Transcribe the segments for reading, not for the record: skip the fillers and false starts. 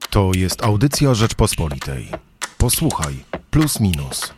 To jest audycja Rzeczpospolitej. Posłuchaj, plus minus.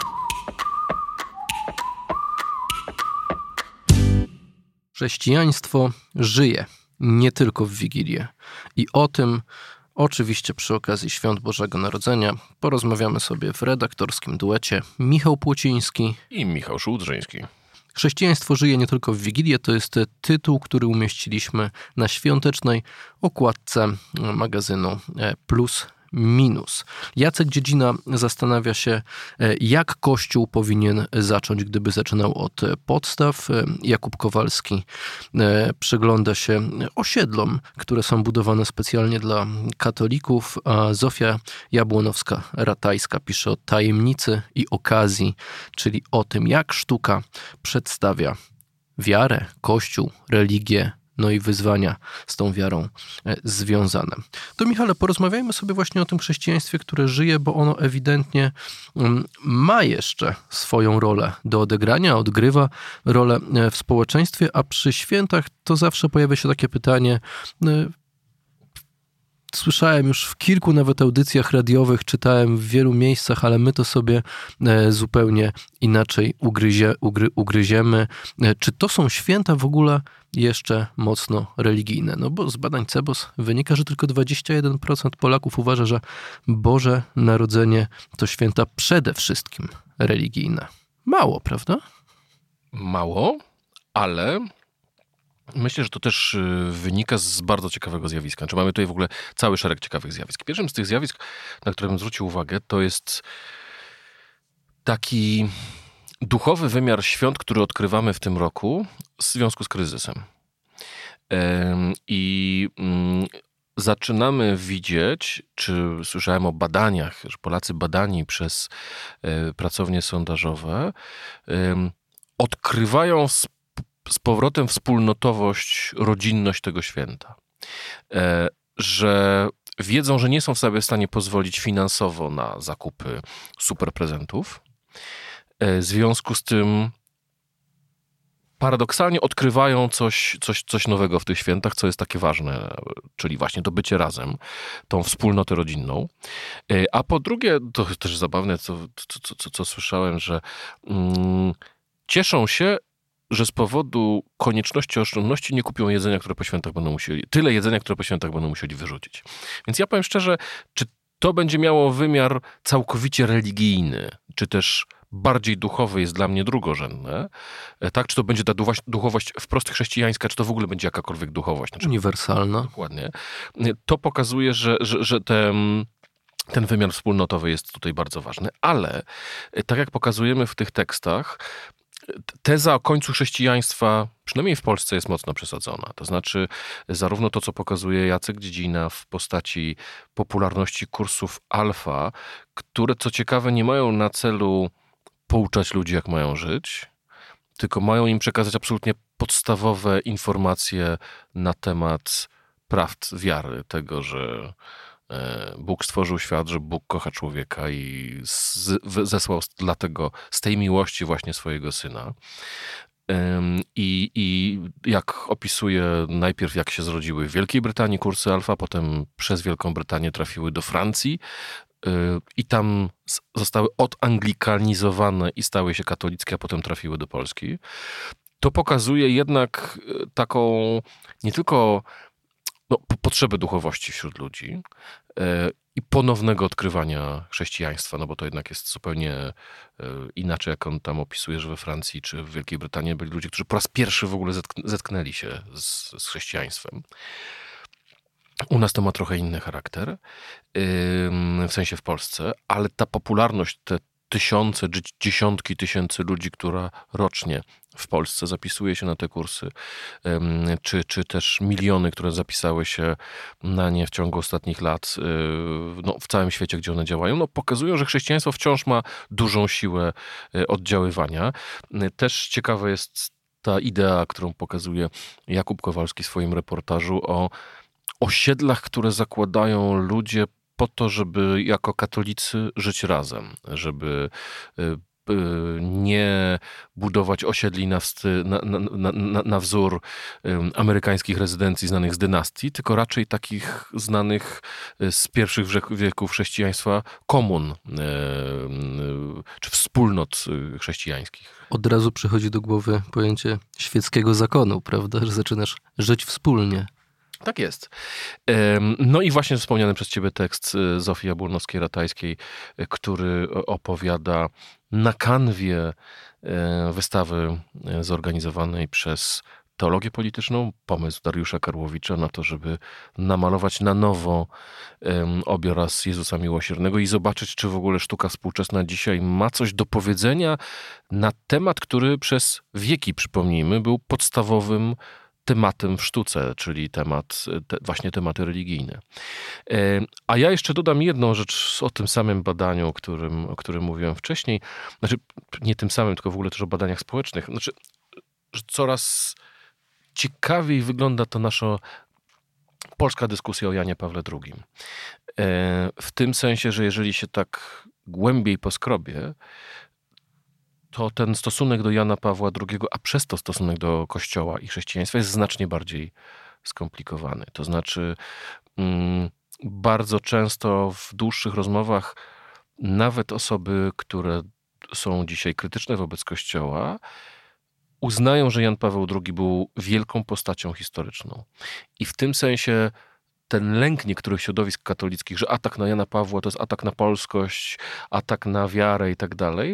Chrześcijaństwo żyje nie tylko w Wigilię. I o tym, oczywiście przy okazji Świąt Bożego Narodzenia, porozmawiamy sobie w redaktorskim duecie Michał Płociński i Michał Szułdrzyński. Chrześcijaństwo żyje nie tylko w Wigilię to jest tytuł, który umieściliśmy na świątecznej okładce magazynu Plus Minus. Jacek Dziedzina zastanawia się, jak Kościół powinien zacząć, gdyby zaczynał od podstaw. Jakub Kowalski przygląda się osiedlom, które są budowane specjalnie dla katolików, a Zofia Jabłonowska-Ratajska pisze o tajemnicy i okazji, czyli o tym, jak sztuka przedstawia wiarę, Kościół, religię, no i wyzwania z tą wiarą związane. To Michale, porozmawiajmy sobie właśnie o tym chrześcijaństwie, które żyje, bo ono ewidentnie ma jeszcze swoją rolę do odegrania, odgrywa rolę w społeczeństwie, a przy świętach to zawsze pojawia się takie pytanie. Słyszałem już w kilku nawet audycjach radiowych, czytałem w wielu miejscach, ale my to sobie zupełnie inaczej ugryziemy. Czy to są święta w ogóle jeszcze mocno religijne? No bo z badań CEBOS wynika, że tylko 21% Polaków uważa, że Boże Narodzenie to święta przede wszystkim religijne. Mało, prawda? Mało, ale myślę, że to też wynika z bardzo ciekawego zjawiska. Znaczy mamy tutaj w ogóle cały szereg ciekawych zjawisk. Pierwszym z tych zjawisk, na które bym zwrócił uwagę, to jest taki duchowy wymiar świąt, który odkrywamy w tym roku w związku z kryzysem. I zaczynamy widzieć, czy słyszałem o badaniach, że Polacy badani przez pracownie sondażowe odkrywają z powrotem wspólnotowość, rodzinność tego święta. Że wiedzą, że nie są sobie w stanie pozwolić finansowo na zakupy super prezentów. W związku z tym paradoksalnie odkrywają coś nowego w tych świętach, co jest takie ważne, czyli właśnie to bycie razem, tą wspólnotę rodzinną. A po drugie, to też zabawne, co słyszałem, że cieszą się, że z powodu konieczności oszczędności nie kupią jedzenia, które po świętach będą musieli, tyle jedzenia, które po świętach będą musieli wyrzucić. Więc ja powiem szczerze, czy to będzie miało wymiar całkowicie religijny, czy też bardziej duchowy, jest dla mnie drugorzędne. Tak? Czy to będzie ta duchowość wprost chrześcijańska, czy to w ogóle będzie jakakolwiek duchowość? Znaczy, uniwersalna. Dokładnie. To pokazuje, że ten wymiar wspólnotowy jest tutaj bardzo ważny, ale tak jak pokazujemy w tych tekstach, teza o końcu chrześcijaństwa, przynajmniej w Polsce, jest mocno przesadzona. To znaczy, zarówno to, co pokazuje Jacek Dziedzina w postaci popularności kursów alfa, które, co ciekawe, nie mają na celu pouczać ludzi, jak mają żyć, tylko mają im przekazać absolutnie podstawowe informacje na temat prawd wiary, tego, że Bóg stworzył świat, że Bóg kocha człowieka i zesłał dlatego z tej miłości właśnie swojego Syna. I jak opisuje najpierw, jak się zrodziły w Wielkiej Brytanii kursy alfa, potem przez Wielką Brytanię trafiły do Francji i tam zostały odanglikanizowane i stały się katolickie, a potem trafiły do Polski. To pokazuje jednak taką nie tylko potrzeby duchowości wśród ludzi i ponownego odkrywania chrześcijaństwa, no bo to jednak jest zupełnie inaczej, jak on tam opisuje, że we Francji czy w Wielkiej Brytanii byli ludzie, którzy po raz pierwszy w ogóle zetknęli się z chrześcijaństwem. U nas to ma trochę inny charakter, w sensie w Polsce, ale ta popularność, te tysiące, dziesiątki tysięcy ludzi, która rocznie w Polsce zapisuje się na te kursy, czy też miliony, które zapisały się na nie w ciągu ostatnich lat w całym świecie, gdzie one działają, pokazują, że chrześcijaństwo wciąż ma dużą siłę oddziaływania. Też ciekawa jest ta idea, którą pokazuje Jakub Kowalski w swoim reportażu o osiedlach, które zakładają ludzie po to, żeby jako katolicy żyć razem, żeby nie budować osiedli na wzór amerykańskich rezydencji znanych z dynastii, tylko raczej takich znanych z pierwszych wieków chrześcijaństwa komun czy wspólnot chrześcijańskich. Od razu przychodzi do głowy pojęcie świeckiego zakonu, prawda? Że zaczynasz żyć wspólnie. Tak jest. No i właśnie wspomniany przez ciebie tekst Zofii Jabłonowskiej-Ratajskiej, który opowiada na kanwie wystawy zorganizowanej przez Teologię Polityczną, pomysł Dariusza Karłowicza na to, żeby namalować na nowo obraz Jezusa Miłosiernego i zobaczyć, czy w ogóle sztuka współczesna dzisiaj ma coś do powiedzenia na temat, który przez wieki, przypomnijmy, był podstawowym tematem w sztuce, czyli właśnie tematy religijne. A ja jeszcze dodam jedną rzecz o tym samym badaniu, o którym mówiłem wcześniej. Znaczy, nie tym samym, tylko w ogóle też o badaniach społecznych. Znaczy, że coraz ciekawiej wygląda to nasza polska dyskusja o Janie Pawle II. W tym sensie, że jeżeli się tak głębiej poskrobie, to ten stosunek do Jana Pawła II, a przez to stosunek do Kościoła i chrześcijaństwa jest znacznie bardziej skomplikowany. To znaczy, bardzo często w dłuższych rozmowach nawet osoby, które są dzisiaj krytyczne wobec Kościoła, uznają, że Jan Paweł II był wielką postacią historyczną. I w tym sensie ten lęk niektórych środowisk katolickich, że atak na Jana Pawła to jest atak na polskość, atak na wiarę i tak dalej,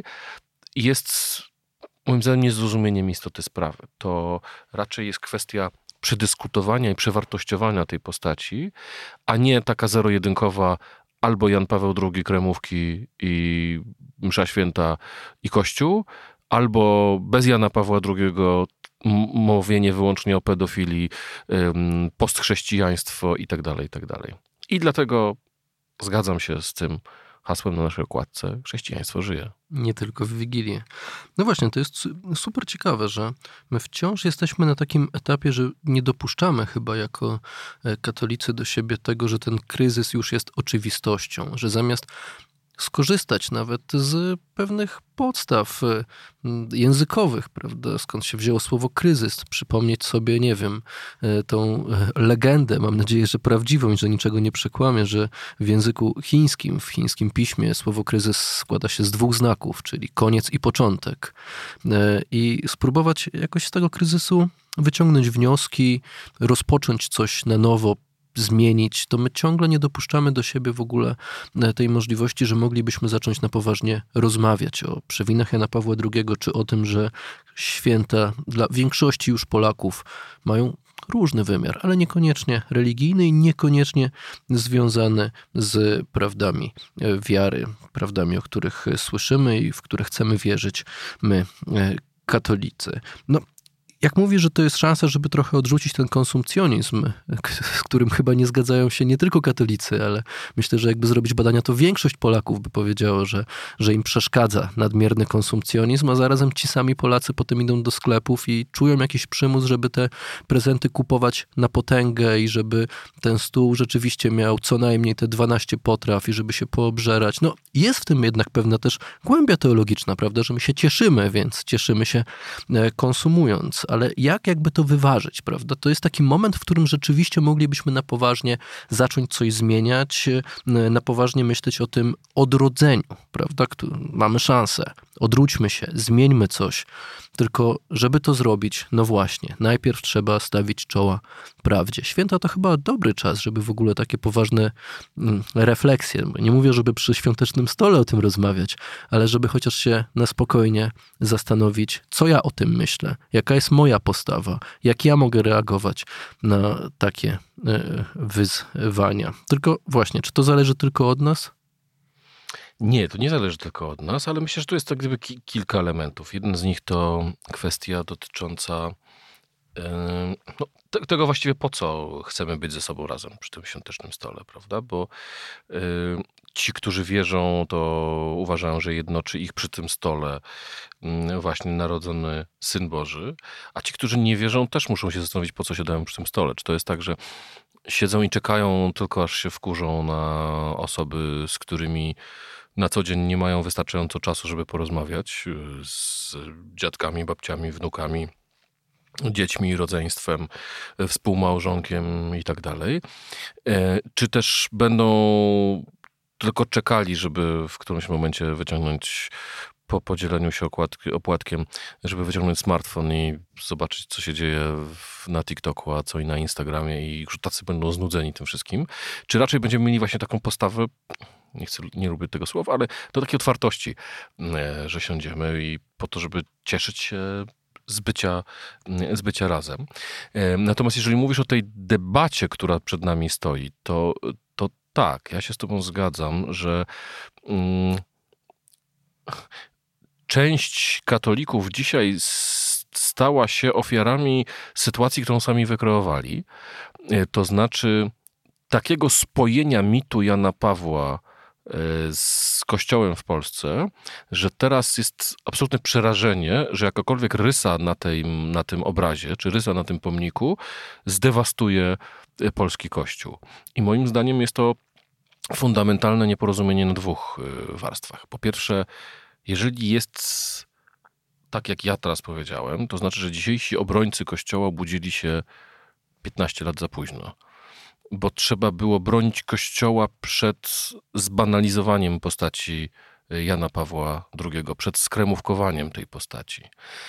jest moim zdaniem niezrozumieniem istoty sprawy. To raczej jest kwestia przedyskutowania i przewartościowania tej postaci, a nie taka zero-jedynkowa albo Jan Paweł II, kremówki i msza święta i Kościół, albo bez Jana Pawła II mówienie wyłącznie o pedofilii, postchrześcijaństwo i tak dalej, i tak dalej. I dlatego zgadzam się z tym hasłem na naszej okładce: chrześcijaństwo żyje. Nie tylko w Wigilię. No właśnie, to jest super ciekawe, że my wciąż jesteśmy na takim etapie, że nie dopuszczamy chyba jako katolicy do siebie tego, że ten kryzys już jest oczywistością, że zamiast skorzystać nawet z pewnych podstaw językowych, prawda, skąd się wzięło słowo kryzys, przypomnieć sobie, nie wiem, tą legendę, mam nadzieję, że prawdziwą i że niczego nie przekłamię, że w języku chińskim, w chińskim piśmie słowo kryzys składa się z 2 znaków, czyli koniec i początek. I spróbować jakoś z tego kryzysu wyciągnąć wnioski, rozpocząć coś na nowo, zmienić, to my ciągle nie dopuszczamy do siebie w ogóle tej możliwości, że moglibyśmy zacząć na poważnie rozmawiać o przewinach Jana Pawła II, czy o tym, że święta dla większości już Polaków mają różny wymiar, ale niekoniecznie religijny i niekoniecznie związany z prawdami wiary, prawdami, o których słyszymy i w które chcemy wierzyć my, katolicy. No, jak mówisz, że to jest szansa, żeby trochę odrzucić ten konsumpcjonizm, z którym chyba nie zgadzają się nie tylko katolicy, ale myślę, że jakby zrobić badania, to większość Polaków by powiedziało, że im przeszkadza nadmierny konsumpcjonizm, a zarazem ci sami Polacy potem idą do sklepów i czują jakiś przymus, żeby te prezenty kupować na potęgę i żeby ten stół rzeczywiście miał co najmniej te 12 potraw i żeby się poobżerać. No, jest w tym jednak pewna też głębia teologiczna, prawda, że my się cieszymy, więc cieszymy się konsumując. Ale jakby to wyważyć, prawda? To jest taki moment, w którym rzeczywiście moglibyśmy na poważnie zacząć coś zmieniać, na poważnie myśleć o tym odrodzeniu, prawda? Mamy szansę. Odwróćmy się, zmieńmy coś. Tylko żeby to zrobić, no właśnie, najpierw trzeba stawić czoła prawdzie. Święta to chyba dobry czas, żeby w ogóle takie poważne refleksje, nie mówię, żeby przy świątecznym stole o tym rozmawiać, ale żeby chociaż się na spokojnie zastanowić, co ja o tym myślę, jaka jest moja postawa, jak ja mogę reagować na takie wyzwania. Tylko właśnie, czy to zależy tylko od nas? Nie, to nie zależy tylko od nas, ale myślę, że tu jest tak gdyby kilka elementów. Jeden z nich to kwestia dotycząca tego właściwie, po co chcemy być ze sobą razem przy tym świątecznym stole, prawda? Bo ci, którzy wierzą, to uważają, że jednoczy ich przy tym stole właśnie narodzony Syn Boży, a ci, którzy nie wierzą, też muszą się zastanowić, po co siadają przy tym stole. Czy to jest tak, że siedzą i czekają tylko, aż się wkurzą na osoby, z którymi na co dzień nie mają wystarczająco czasu, żeby porozmawiać z dziadkami, babciami, wnukami, dziećmi, rodzeństwem, współmałżonkiem i tak dalej. Czy też będą tylko czekali, żeby w którymś momencie wyciągnąć po podzieleniu się opłatkiem, żeby wyciągnąć smartfon i zobaczyć, co się dzieje na TikToku, a co i na Instagramie i już tacy będą znudzeni tym wszystkim. Czy raczej będziemy mieli właśnie taką postawę, nie lubię tego słowa, ale do takiej otwartości, że siądziemy i po to, żeby cieszyć się z bycia razem. Natomiast jeżeli mówisz o tej debacie, która przed nami stoi, to tak, ja się z tobą zgadzam, że część katolików dzisiaj stała się ofiarami sytuacji, którą sami wykreowali. To znaczy takiego spojenia mitu Jana Pawła z Kościołem w Polsce, że teraz jest absolutne przerażenie, że jakakolwiek rysa na tym obrazie, czy rysa na tym pomniku zdewastuje polski Kościół. I moim zdaniem jest to fundamentalne nieporozumienie na dwóch warstwach. Po pierwsze, jeżeli jest tak, jak ja teraz powiedziałem, to znaczy, że dzisiejsi obrońcy Kościoła budzili się 15 lat za późno. Bo trzeba było bronić Kościoła przed zbanalizowaniem postaci Jana Pawła II, przed skremówkowaniem tej postaci,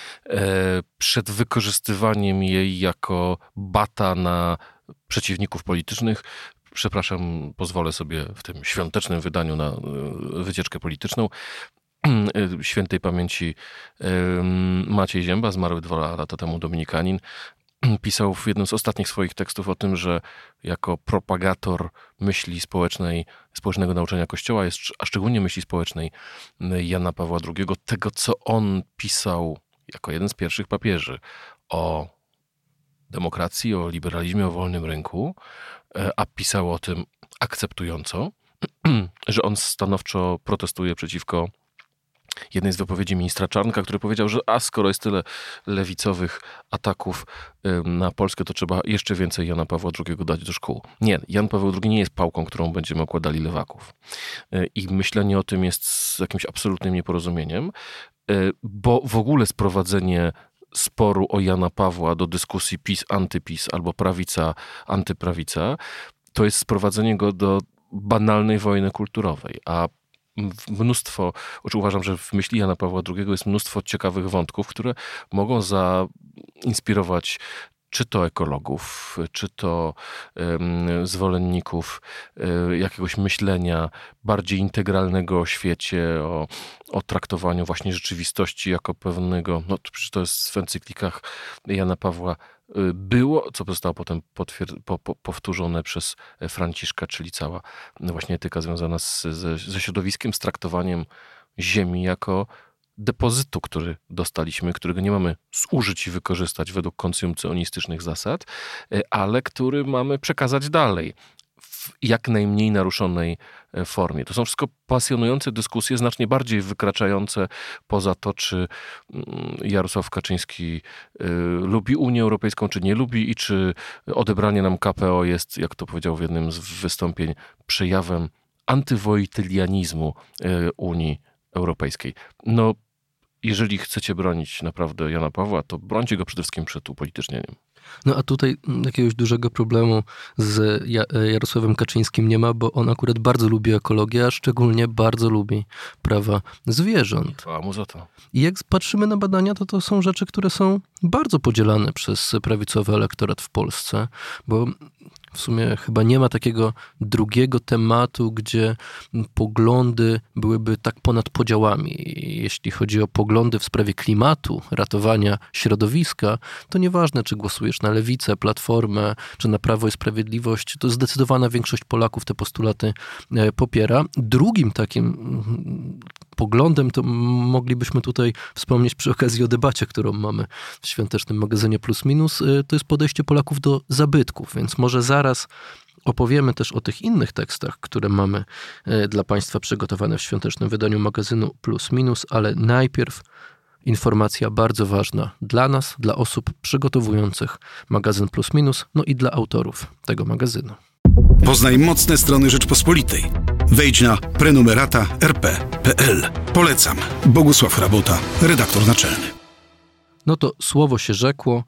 przed wykorzystywaniem jej jako bata na przeciwników politycznych. Przepraszam, pozwolę sobie w tym świątecznym wydaniu na wycieczkę polityczną. Świętej pamięci Maciej Zięba, zmarły 2 lata temu dominikanin, pisał w jednym z ostatnich swoich tekstów o tym, że jako propagator myśli społecznej, społecznego nauczania Kościoła, a szczególnie myśli społecznej Jana Pawła II, tego co on pisał jako jeden z pierwszych papieży o demokracji, o liberalizmie, o wolnym rynku, a pisał o tym akceptująco, że on stanowczo protestuje przeciwko jednej z wypowiedzi ministra Czarnka, który powiedział, że skoro jest tyle lewicowych ataków na Polskę, to trzeba jeszcze więcej Jana Pawła II dać do szkół. Nie, Jan Paweł II nie jest pałką, którą będziemy okładali lewaków. I myślenie o tym jest jakimś absolutnym nieporozumieniem, bo w ogóle sprowadzenie sporu o Jana Pawła do dyskusji PiS, antyPiS albo prawica, antyprawica, to jest sprowadzenie go do banalnej wojny kulturowej, a uważam, że w myśli Jana Pawła II jest mnóstwo ciekawych wątków, które mogą zainspirować czy to ekologów, czy to zwolenników jakiegoś myślenia bardziej integralnego o świecie, o traktowaniu właśnie rzeczywistości jako pewnego, to jest w encyklikach Jana Pawła było, co zostało potem powtórzone przez Franciszka, czyli cała właśnie etyka związana ze środowiskiem, z traktowaniem ziemi jako depozytu, który dostaliśmy, którego nie mamy zużyć i wykorzystać według konsumpcjonistycznych zasad, ale który mamy przekazać dalej w jak najmniej naruszonej formie. To są wszystko pasjonujące dyskusje, znacznie bardziej wykraczające poza to, czy Jarosław Kaczyński lubi Unię Europejską, czy nie lubi i czy odebranie nam KPO jest, jak to powiedział w jednym z wystąpień, przejawem antywojtylianizmu Unii Europejskiej. Jeżeli chcecie bronić naprawdę Jana Pawła, to brońcie go przede wszystkim przed upolitycznieniem. A tutaj jakiegoś dużego problemu z Jarosławem Kaczyńskim nie ma, bo on akurat bardzo lubi ekologię, a szczególnie bardzo lubi prawa zwierząt. A mu za to. I jak patrzymy na badania, to są rzeczy, które są bardzo podzielane przez prawicowy elektorat w Polsce, bo w sumie chyba nie ma takiego drugiego tematu, gdzie poglądy byłyby tak ponad podziałami. Jeśli chodzi o poglądy w sprawie klimatu, ratowania środowiska, to nieważne, czy głosujesz na Lewicę, Platformę, czy na Prawo i Sprawiedliwość, to zdecydowana większość Polaków te postulaty popiera. Drugim takim poglądem to moglibyśmy tutaj wspomnieć przy okazji o debacie, którą mamy w świątecznym magazynie Plus Minus, to jest podejście Polaków do zabytków, więc może zaraz opowiemy też o tych innych tekstach, które mamy dla Państwa przygotowane w świątecznym wydaniu magazynu Plus Minus, ale najpierw informacja bardzo ważna dla nas, dla osób przygotowujących magazyn Plus Minus, i dla autorów tego magazynu. Poznaj mocne strony Rzeczpospolitej. Wejdź na prenumerata.rp.pl. Polecam. Bogusław Rabota, redaktor naczelny. No to słowo się rzekło.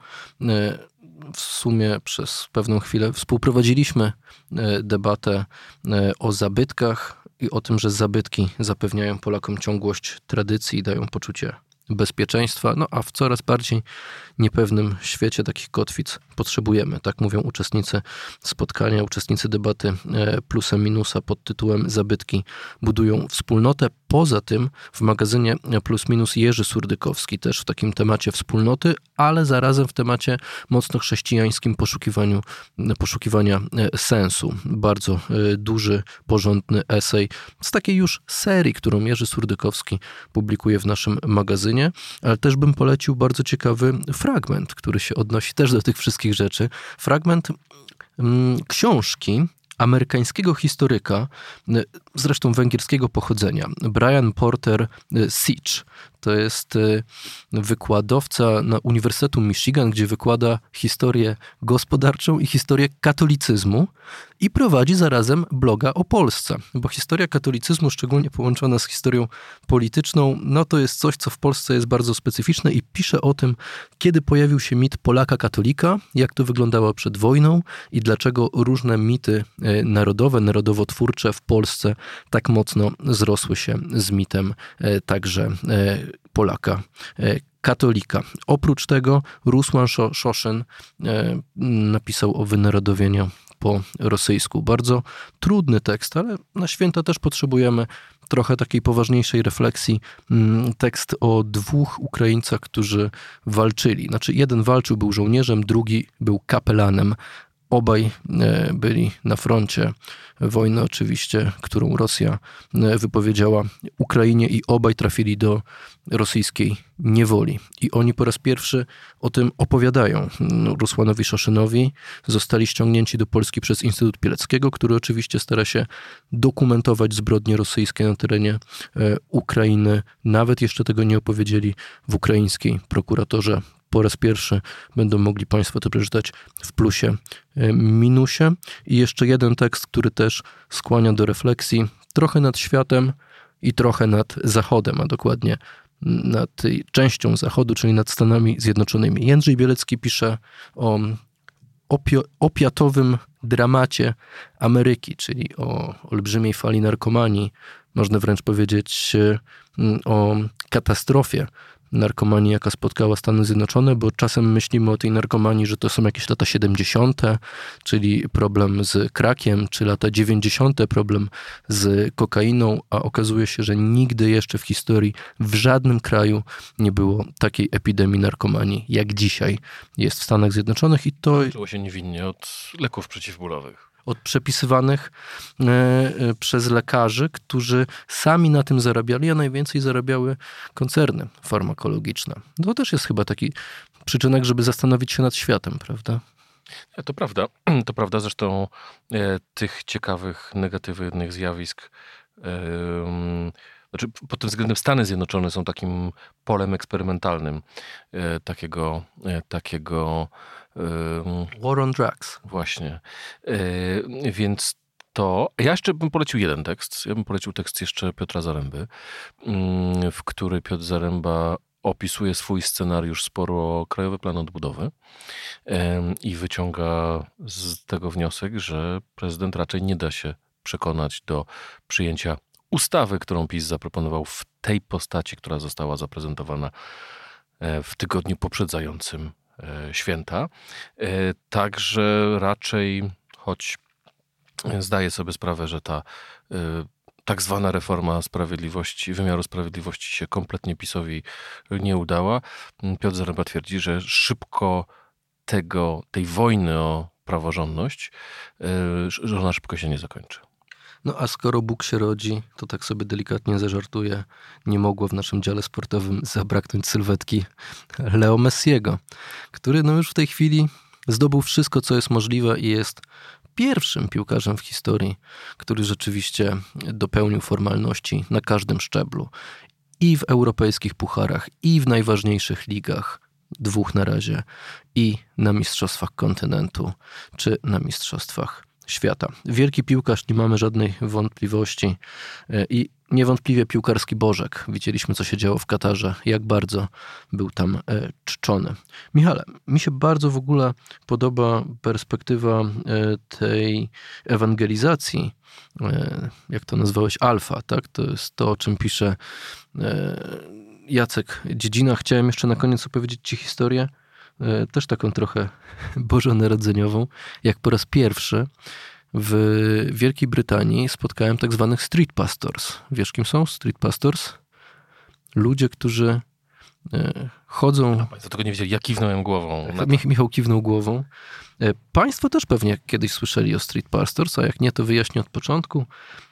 W sumie przez pewną chwilę współprowadziliśmy debatę o zabytkach i o tym, że zabytki zapewniają Polakom ciągłość tradycji i dają poczucie bezpieczeństwa, no a w coraz bardziej niepewnym świecie takich kotwic potrzebujemy. Tak mówią uczestnicy spotkania, uczestnicy debaty Plusa Minusa pod tytułem Zabytki budują wspólnotę. Poza tym w magazynie Plus Minus Jerzy Surdykowski też w takim temacie wspólnoty, ale zarazem w temacie mocno chrześcijańskim poszukiwania sensu. Bardzo duży, porządny esej z takiej już serii, którą Jerzy Surdykowski publikuje w naszym magazynie, ale też bym polecił bardzo ciekawy fragment, który się odnosi też do tych wszystkich rzeczy. Fragment książki amerykańskiego historyka, zresztą węgierskiego pochodzenia, Brian Porter Sitch. To jest wykładowca na Uniwersytetu Michigan, gdzie wykłada historię gospodarczą i historię katolicyzmu i prowadzi zarazem bloga o Polsce, bo historia katolicyzmu, szczególnie połączona z historią polityczną, no to jest coś, co w Polsce jest bardzo specyficzne i pisze o tym, kiedy pojawił się mit Polaka katolika, jak to wyglądało przed wojną i dlaczego różne mity narodowe, narodowo-twórcze w Polsce tak mocno zrosły się z mitem także Polaka katolika. Oprócz tego Rusłan Szoszyn napisał o wynarodowieniu po rosyjsku. Bardzo trudny tekst, ale na święta też potrzebujemy trochę takiej poważniejszej refleksji. Tekst o dwóch Ukraińcach, którzy walczyli. Znaczy jeden walczył, był żołnierzem, drugi był kapelanem. Obaj byli na froncie wojny oczywiście, którą Rosja wypowiedziała Ukrainie i obaj trafili do rosyjskiej niewoli. I oni po raz pierwszy o tym opowiadają. Rusłanowi Szoszynowi zostali ściągnięci do Polski przez Instytut Pileckiego, który oczywiście stara się dokumentować zbrodnie rosyjskie na terenie Ukrainy. Nawet jeszcze tego nie opowiedzieli w ukraińskiej prokuraturze. Po raz pierwszy będą mogli Państwo to przeczytać w Plusie Minusie. I jeszcze jeden tekst, który też skłania do refleksji trochę nad światem i trochę nad Zachodem, a dokładnie nad częścią Zachodu, czyli nad Stanami Zjednoczonymi. Jędrzej Bielecki pisze o opiatowym dramacie Ameryki, czyli o olbrzymiej fali narkomanii. Można wręcz powiedzieć o katastrofie narkomanii, jaka spotkała Stany Zjednoczone, bo czasem myślimy o tej narkomanii, że to są jakieś lata 70., czyli problem z crakiem, czy lata 90., problem z kokainą, a okazuje się, że nigdy jeszcze w historii w żadnym kraju nie było takiej epidemii narkomanii, jak dzisiaj jest w Stanach Zjednoczonych i to... Zaczęło się niewinnie od leków przeciwbólowych. Od przepisywanych przez lekarzy, którzy sami na tym zarabiali, a najwięcej zarabiały koncerny farmakologiczne. To też jest chyba taki przyczynek, żeby zastanowić się nad światem, prawda? To prawda. To prawda. Zresztą tych ciekawych, negatywnych zjawisk znaczy pod tym względem Stany Zjednoczone są takim polem eksperymentalnym takiego War on Drugs. Właśnie. Więc to... Ja jeszcze bym polecił jeden tekst. Ja bym polecił tekst jeszcze Piotra Zaręby, w który Piotr Zaręba opisuje swój scenariusz sporu o Krajowy Plan Odbudowy i wyciąga z tego wniosek, że prezydent raczej nie da się przekonać do przyjęcia ustawy, którą PiS zaproponował w tej postaci, która została zaprezentowana w tygodniu poprzedzającym święta. Także raczej, choć zdaję sobie sprawę, że ta tak zwana reforma sprawiedliwości, wymiaru sprawiedliwości się kompletnie PiS-owi nie udała, Piotr Zaręba twierdzi, że szybko tej wojny o praworządność, że ona szybko się nie zakończy. No a skoro Bóg się rodzi, to tak sobie delikatnie zażartuję, nie mogło w naszym dziale sportowym zabraknąć sylwetki Leo Messiego, który no już w tej chwili zdobył wszystko, co jest możliwe i jest pierwszym piłkarzem w historii, który rzeczywiście dopełnił formalności na każdym szczeblu. I w europejskich pucharach, i w najważniejszych ligach, 2 na razie, i na mistrzostwach kontynentu, czy na mistrzostwach świata. Wielki piłkarz, nie mamy żadnej wątpliwości i niewątpliwie piłkarski Bożek. Widzieliśmy, co się działo w Katarze, jak bardzo był tam czczony. Michale, mi się bardzo w ogóle podoba perspektywa tej ewangelizacji, jak to nazwałeś, alfa, tak? To jest to, o czym pisze Jacek Dziedzina. Chciałem jeszcze na koniec opowiedzieć ci historię, też taką trochę bożonarodzeniową, jak po raz pierwszy w Wielkiej Brytanii spotkałem tak zwanych street pastors. Wiesz, kim są street pastors? Ludzie, którzy chodzą... Państwo tego nie wiedzieli, ja kiwnąłem głową. Michał kiwnął głową. Państwo też pewnie kiedyś słyszeli o street pastors, a jak nie, to wyjaśnię od początku.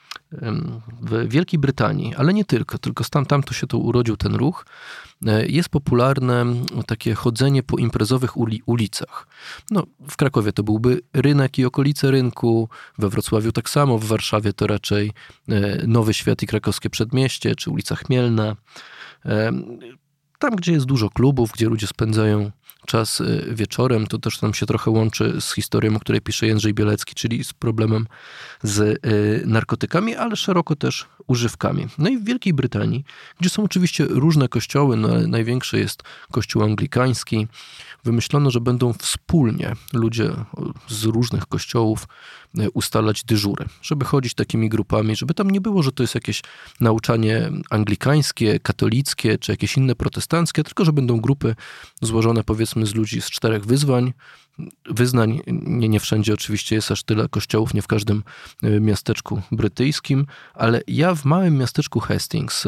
W Wielkiej Brytanii, ale nie tylko tam to się tu urodził ten ruch, jest popularne takie chodzenie po imprezowych ulicach. No, w Krakowie to byłby rynek i okolice rynku, we Wrocławiu tak samo, w Warszawie to raczej Nowy Świat i Krakowskie Przedmieście, czy ulica Chmielna. Tam, gdzie jest dużo klubów, gdzie ludzie spędzają czas wieczorem, to też nam się trochę łączy z historią, o której pisze Jędrzej Bielecki, czyli z problemem z narkotykami, ale szeroko też używkami. No i w Wielkiej Brytanii, gdzie są oczywiście różne kościoły, no ale największy jest kościół anglikański, wymyślono, że będą wspólnie ludzie z różnych kościołów ustalać dyżury, żeby chodzić takimi grupami, żeby tam nie było, że to jest jakieś nauczanie anglikańskie, katolickie, czy jakieś inne protestanckie, tylko że będą grupy złożone powiedzmy z ludzi z 4 wyznań. Nie wszędzie oczywiście jest aż tyle kościołów, nie w każdym miasteczku brytyjskim, ale ja w małym miasteczku Hastings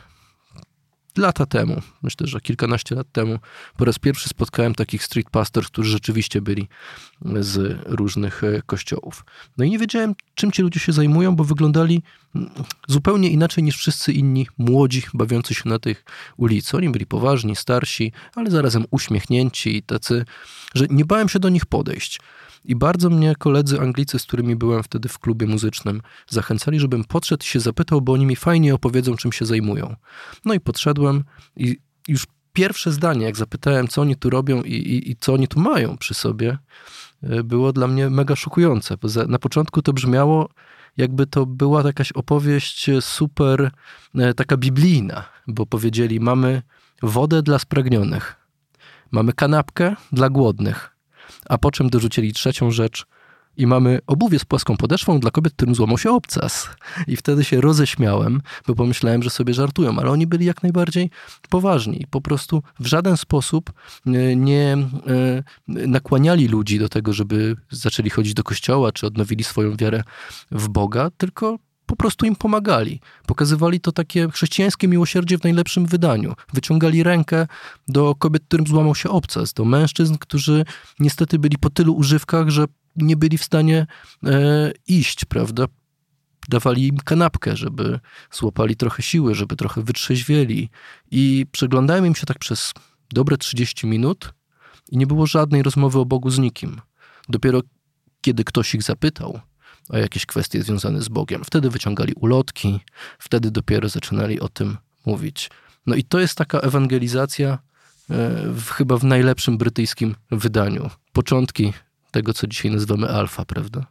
lata temu, myślę, że kilkanaście lat temu, po raz pierwszy spotkałem takich street pastors, którzy rzeczywiście byli z różnych kościołów. No i nie wiedziałem, czym ci ludzie się zajmują, bo wyglądali zupełnie inaczej niż wszyscy inni młodzi, bawiący się na tych ulicy. Oni byli poważni, starsi, ale zarazem uśmiechnięci i tacy, że nie bałem się do nich podejść. I bardzo mnie koledzy Anglicy, z którymi byłem wtedy w klubie muzycznym, zachęcali, żebym podszedł i się zapytał, bo oni mi fajnie opowiedzą, czym się zajmują. No i podszedłem i już pierwsze zdanie, jak zapytałem, co oni tu robią i co oni tu mają przy sobie, było dla mnie mega szokujące. Na początku to brzmiało, jakby to była jakaś opowieść super, taka biblijna, bo powiedzieli, mamy wodę dla spragnionych, mamy kanapkę dla głodnych, a po czym dorzucili trzecią rzecz i mamy obuwie z płaską podeszwą dla kobiet, którym złamał się obcas. I wtedy się roześmiałem, bo pomyślałem, że sobie żartują, ale oni byli jak najbardziej poważni. Po prostu w żaden sposób nie nakłaniali ludzi do tego, żeby zaczęli chodzić do kościoła, czy odnowili swoją wiarę w Boga, tylko po prostu im pomagali. Pokazywali to takie chrześcijańskie miłosierdzie w najlepszym wydaniu. Wyciągali rękę do kobiet, którym złamał się obcas, do mężczyzn, którzy niestety byli po tylu używkach, że nie byli w stanie iść, prawda? Dawali im kanapkę, żeby złapali trochę siły, żeby trochę wytrzeźwieli. I przyglądałem im się tak przez dobre 30 minut i nie było żadnej rozmowy o Bogu z nikim. Dopiero kiedy ktoś ich zapytał o jakieś kwestie związane z Bogiem, wtedy wyciągali ulotki, wtedy dopiero zaczynali o tym mówić. No i to jest taka ewangelizacja chyba w najlepszym brytyjskim wydaniu. Początki tego, co dzisiaj nazywamy alfa, prawda?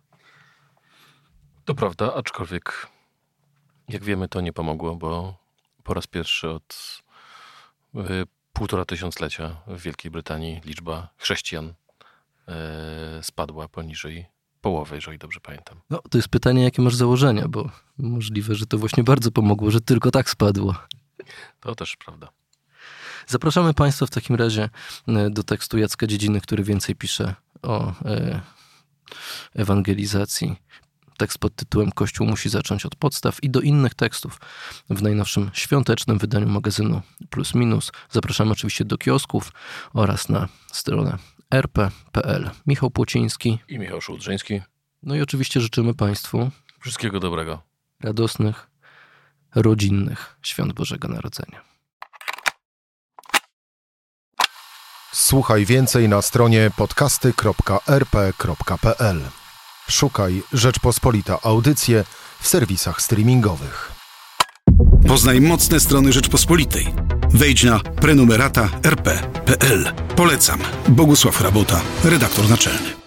To prawda, aczkolwiek jak wiemy, to nie pomogło, bo po raz pierwszy od 1,5 tysiąclecia w Wielkiej Brytanii liczba chrześcijan spadła poniżej połowy, jeżeli dobrze pamiętam. No, to jest pytanie, jakie masz założenia, bo możliwe, że to właśnie bardzo pomogło, że tylko tak spadło. To też prawda. Zapraszamy Państwa w takim razie do tekstu Jacka Dziedziny, który więcej pisze o ewangelizacji. Tekst pod tytułem Kościół musi zacząć od podstaw i do innych tekstów w najnowszym świątecznym wydaniu magazynu Plus Minus. Zapraszamy oczywiście do kiosków oraz na stronę rp.pl. Michał Płociński i Michał Szułdrzyński. No i oczywiście życzymy Państwu wszystkiego dobrego. Radosnych, rodzinnych Świąt Bożego Narodzenia. Słuchaj więcej na stronie podcasty.rp.pl. Szukaj Rzeczpospolita Audycje w serwisach streamingowych. Poznaj mocne strony Rzeczpospolitej. Wejdź na prenumerata.rp.pl. Polecam. Bogusław Rabota, redaktor naczelny.